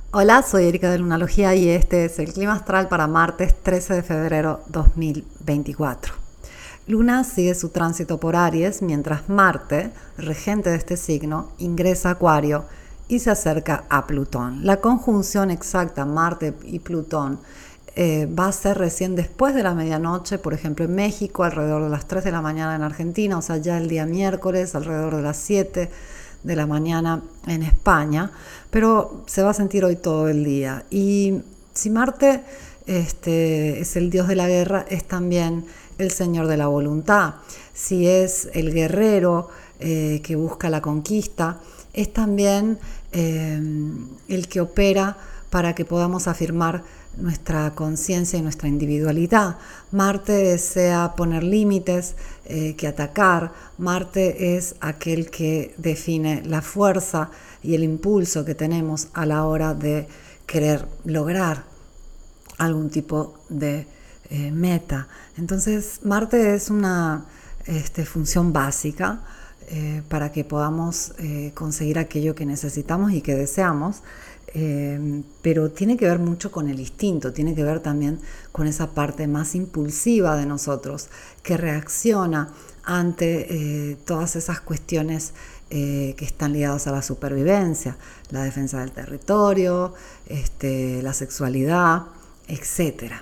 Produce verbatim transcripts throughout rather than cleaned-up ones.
Hola, soy Erika de Lunalogía y este es el clima astral para martes trece de febrero dos mil veinticuatro. Luna sigue su tránsito por Aries mientras Marte, regente de este signo, ingresa a Acuario y se acerca a Plutón. La conjunción exacta Marte y Plutón eh, va a ser recién después de la medianoche, por ejemplo en México, alrededor de las tres de la mañana en Argentina, o sea ya el día miércoles, alrededor de las siete de la mañana en España, pero se va a sentir hoy todo el día. Y si Marte este, es el dios de la guerra, es también el señor de la voluntad. Si es el guerrero eh, que busca la conquista, es también eh, el que opera para que podamos afirmar nuestra conciencia y nuestra individualidad. Marte desea poner límites eh, que atacar. Marte es aquel que define la fuerza y el impulso que tenemos a la hora de querer lograr algún tipo de eh, meta. Entonces Marte es una este, función básica eh, para que podamos eh, conseguir aquello que necesitamos y que deseamos. Eh, pero tiene que ver mucho con el instinto, tiene que ver también con esa parte más impulsiva de nosotros que reacciona ante eh, todas esas cuestiones eh, que están ligadas a la supervivencia, la defensa del territorio, este, la sexualidad, etcétera.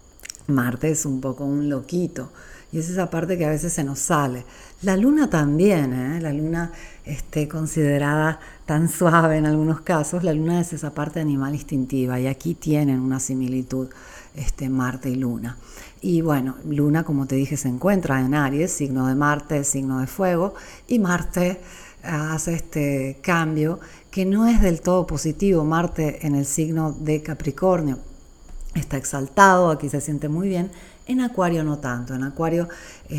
Marte es un poco un loquito y es esa parte que a veces se nos sale. La luna también, ¿eh? La luna este, considerada tan suave en algunos casos, la luna es esa parte animal instintiva y aquí tienen una similitud este, Marte y luna. Y bueno, luna, como te dije, se encuentra en Aries, signo de Marte, signo de fuego, y Marte hace este cambio que no es del todo positivo. Marte en el signo de Capricornio está exaltado, aquí se siente muy bien. En Acuario no tanto. En Acuario,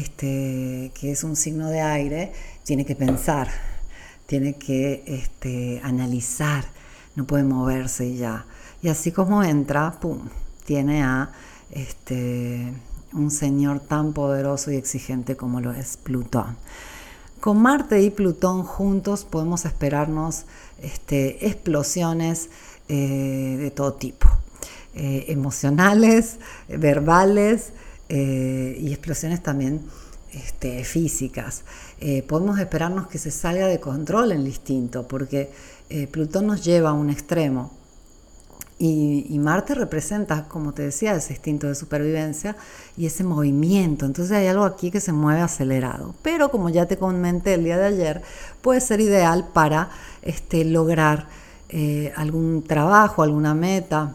este, que es un signo de aire, tiene que pensar, tiene que este, analizar, no puede moverse y ya. Y así como entra, pum, tiene a este, un señor tan poderoso y exigente como lo es Plutón. Con Marte y Plutón juntos podemos esperarnos este, explosiones eh, de todo tipo. Eh, emocionales, verbales eh, y explosiones también este, físicas. Eh, podemos esperarnos que se salga de control el instinto, porque eh, Plutón nos lleva a un extremo y, y Marte representa, como te decía, ese instinto de supervivencia y ese movimiento. Entonces hay algo aquí que se mueve acelerado, pero como ya te comenté el día de ayer, puede ser ideal para este, lograr eh, algún trabajo, alguna meta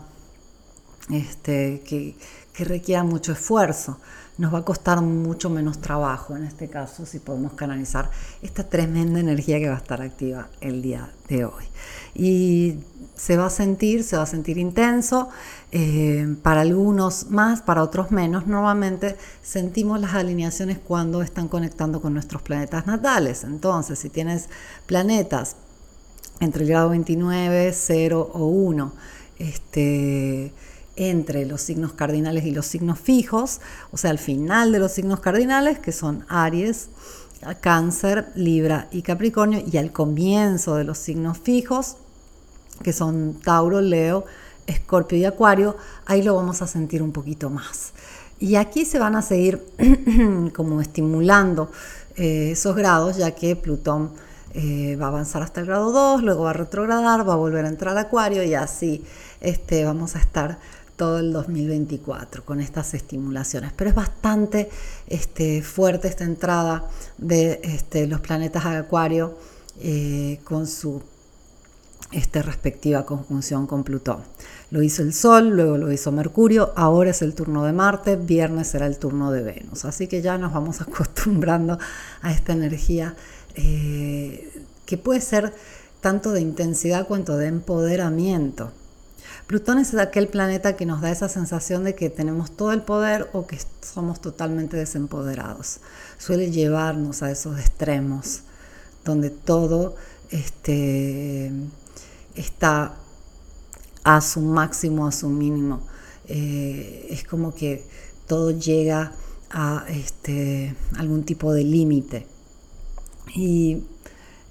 Este, que, que requiera mucho esfuerzo. Nos va a costar mucho menos trabajo en este caso si podemos canalizar esta tremenda energía que va a estar activa el día de hoy. Y se va a sentir, se va a sentir intenso, eh, para algunos más, para otros menos. Normalmente sentimos las alineaciones cuando están conectando con nuestros planetas natales. Entonces, si tienes planetas entre el grado veintinueve, cero o uno, este... entre los signos cardinales y los signos fijos, o sea, al final de los signos cardinales, que son Aries, Cáncer, Libra y Capricornio, y al comienzo de los signos fijos, que son Tauro, Leo, Escorpio y Acuario, ahí lo vamos a sentir un poquito más. Y aquí se van a seguir como estimulando eh, esos grados, ya que Plutón eh, va a avanzar hasta el grado dos, luego va a retrogradar, va a volver a entrar al Acuario y así este, vamos a estar todo el dos mil veinticuatro con estas estimulaciones, pero es bastante este, fuerte esta entrada de este, los planetas a Acuario eh, con su este, respectiva conjunción con Plutón. Lo hizo el Sol, luego lo hizo Mercurio, ahora es el turno de Marte, viernes será el turno de Venus, así que ya nos vamos acostumbrando a esta energía eh, que puede ser tanto de intensidad cuanto de empoderamiento. Plutón es aquel planeta que nos da esa sensación de que tenemos todo el poder o que somos totalmente desempoderados. Suele llevarnos a esos extremos donde todo este, está a su máximo, a su mínimo. Eh, es como que todo llega a este, algún tipo de límite. Y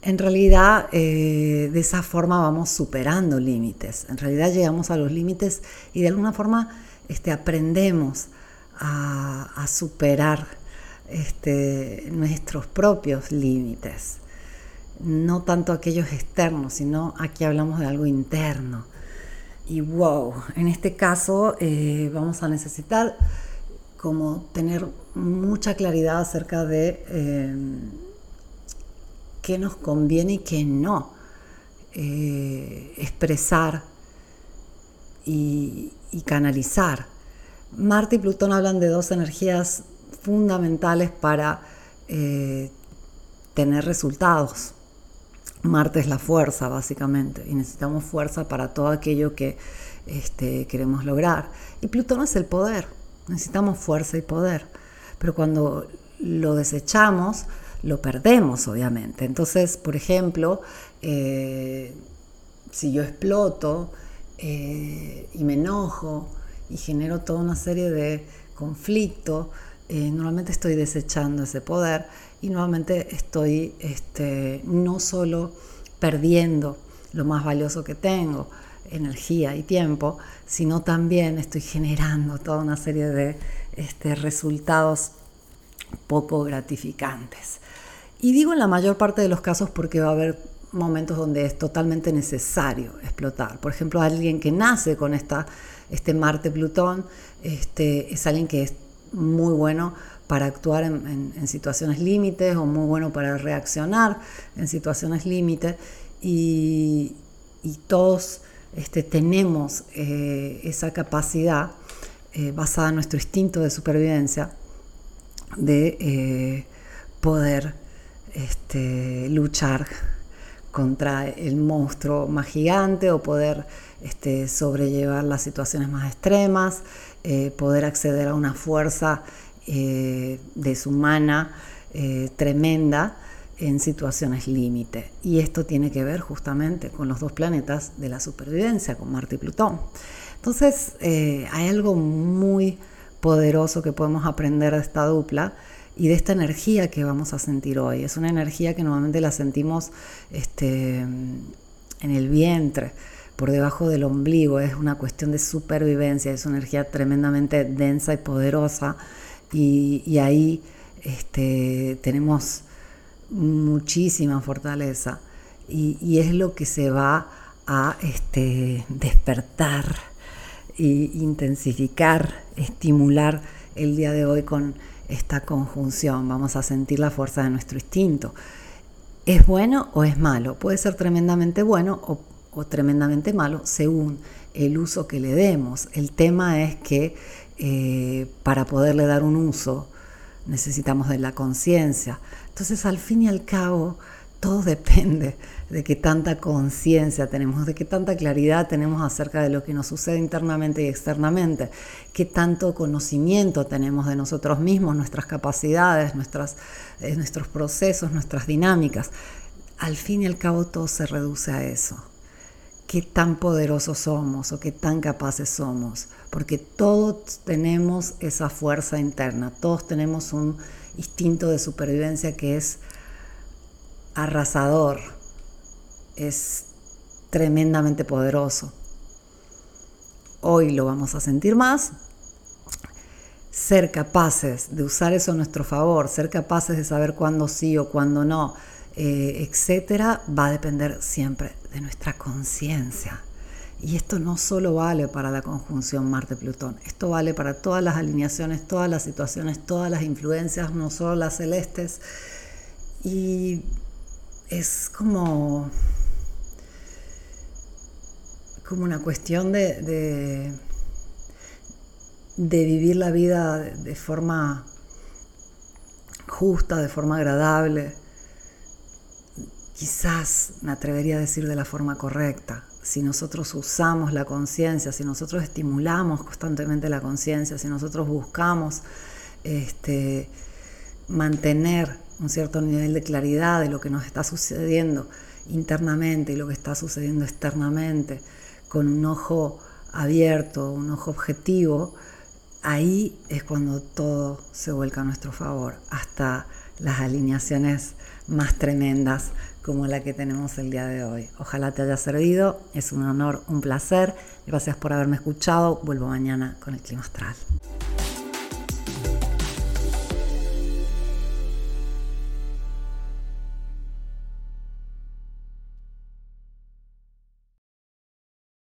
en realidad eh, de esa forma vamos superando límites. En realidad llegamos a los límites y de alguna forma este, aprendemos a, a superar este, nuestros propios límites. No tanto aquellos externos, sino aquí hablamos de algo interno. Y wow, en este caso eh, vamos a necesitar como tener mucha claridad acerca de eh, qué nos conviene y qué no eh, expresar y, y canalizar. Marte y Plutón hablan de dos energías fundamentales para eh, tener resultados. Marte es la fuerza, básicamente, y necesitamos fuerza para todo aquello que este, queremos lograr. Y Plutón es el poder, necesitamos fuerza y poder. Pero cuando lo desechamos, lo perdemos, obviamente. Entonces, por ejemplo, eh, si yo exploto eh, y me enojo y genero toda una serie de conflictos, eh, normalmente estoy desechando ese poder y nuevamente estoy este, no solo perdiendo lo más valioso que tengo, energía y tiempo, sino también estoy generando toda una serie de este, resultados poco gratificantes. Y digo en la mayor parte de los casos porque va a haber momentos donde es totalmente necesario explotar. Por ejemplo, alguien que nace con esta, este Marte-Plutón este, es alguien que es muy bueno para actuar en, en, en situaciones límites o muy bueno para reaccionar en situaciones límites y, y todos este, tenemos eh, esa capacidad eh, basada en nuestro instinto de supervivencia de eh, poder este, luchar contra el monstruo más gigante o poder este, sobrellevar las situaciones más extremas, eh, poder acceder a una fuerza eh, deshumana eh, tremenda en situaciones límite. Y esto tiene que ver justamente con los dos planetas de la supervivencia, con Marte y Plutón. Entonces eh, hay algo muy poderoso que podemos aprender de esta dupla y de esta energía que vamos a sentir hoy. Es una energía que normalmente la sentimos este, en el vientre, por debajo del ombligo. Es una cuestión de supervivencia, es una energía tremendamente densa y poderosa y, y ahí este, tenemos muchísima fortaleza y, y es lo que se va a este, despertar e intensificar, estimular el día de hoy con esta conjunción. Vamos a sentir la fuerza de nuestro instinto. ¿Es bueno o es malo? Puede ser tremendamente bueno o, o tremendamente malo según el uso que le demos. El tema es que eh, para poderle dar un uso necesitamos de la conciencia. Entonces, al fin y al cabo, todo depende de qué tanta conciencia tenemos, de qué tanta claridad tenemos acerca de lo que nos sucede internamente y externamente, qué tanto conocimiento tenemos de nosotros mismos, nuestras capacidades, nuestras, eh, nuestros procesos, nuestras dinámicas. Al fin y al cabo todo se reduce a eso. Qué tan poderosos somos o qué tan capaces somos, porque todos tenemos esa fuerza interna, todos tenemos un instinto de supervivencia que es arrasador, es tremendamente poderoso. Hoy lo vamos a sentir más. Ser capaces de usar eso a nuestro favor, ser capaces de saber cuándo sí o cuándo no, eh, etcétera, va a depender siempre de nuestra conciencia. Y esto no solo vale para la conjunción Marte-Plutón, esto vale para todas las alineaciones, todas las situaciones, todas las influencias, no solo las celestes. Y es como, como una cuestión de, de, de vivir la vida de, de forma justa, de forma agradable. Quizás me atrevería a decir de la forma correcta. Si nosotros usamos la conciencia, si nosotros estimulamos constantemente la conciencia, si nosotros buscamos este, mantener un cierto nivel de claridad de lo que nos está sucediendo internamente y lo que está sucediendo externamente, con un ojo abierto, un ojo objetivo, ahí es cuando todo se vuelca a nuestro favor, hasta las alineaciones más tremendas como la que tenemos el día de hoy. Ojalá te haya servido, es un honor, un placer. Gracias por haberme escuchado. Vuelvo mañana con el clima astral.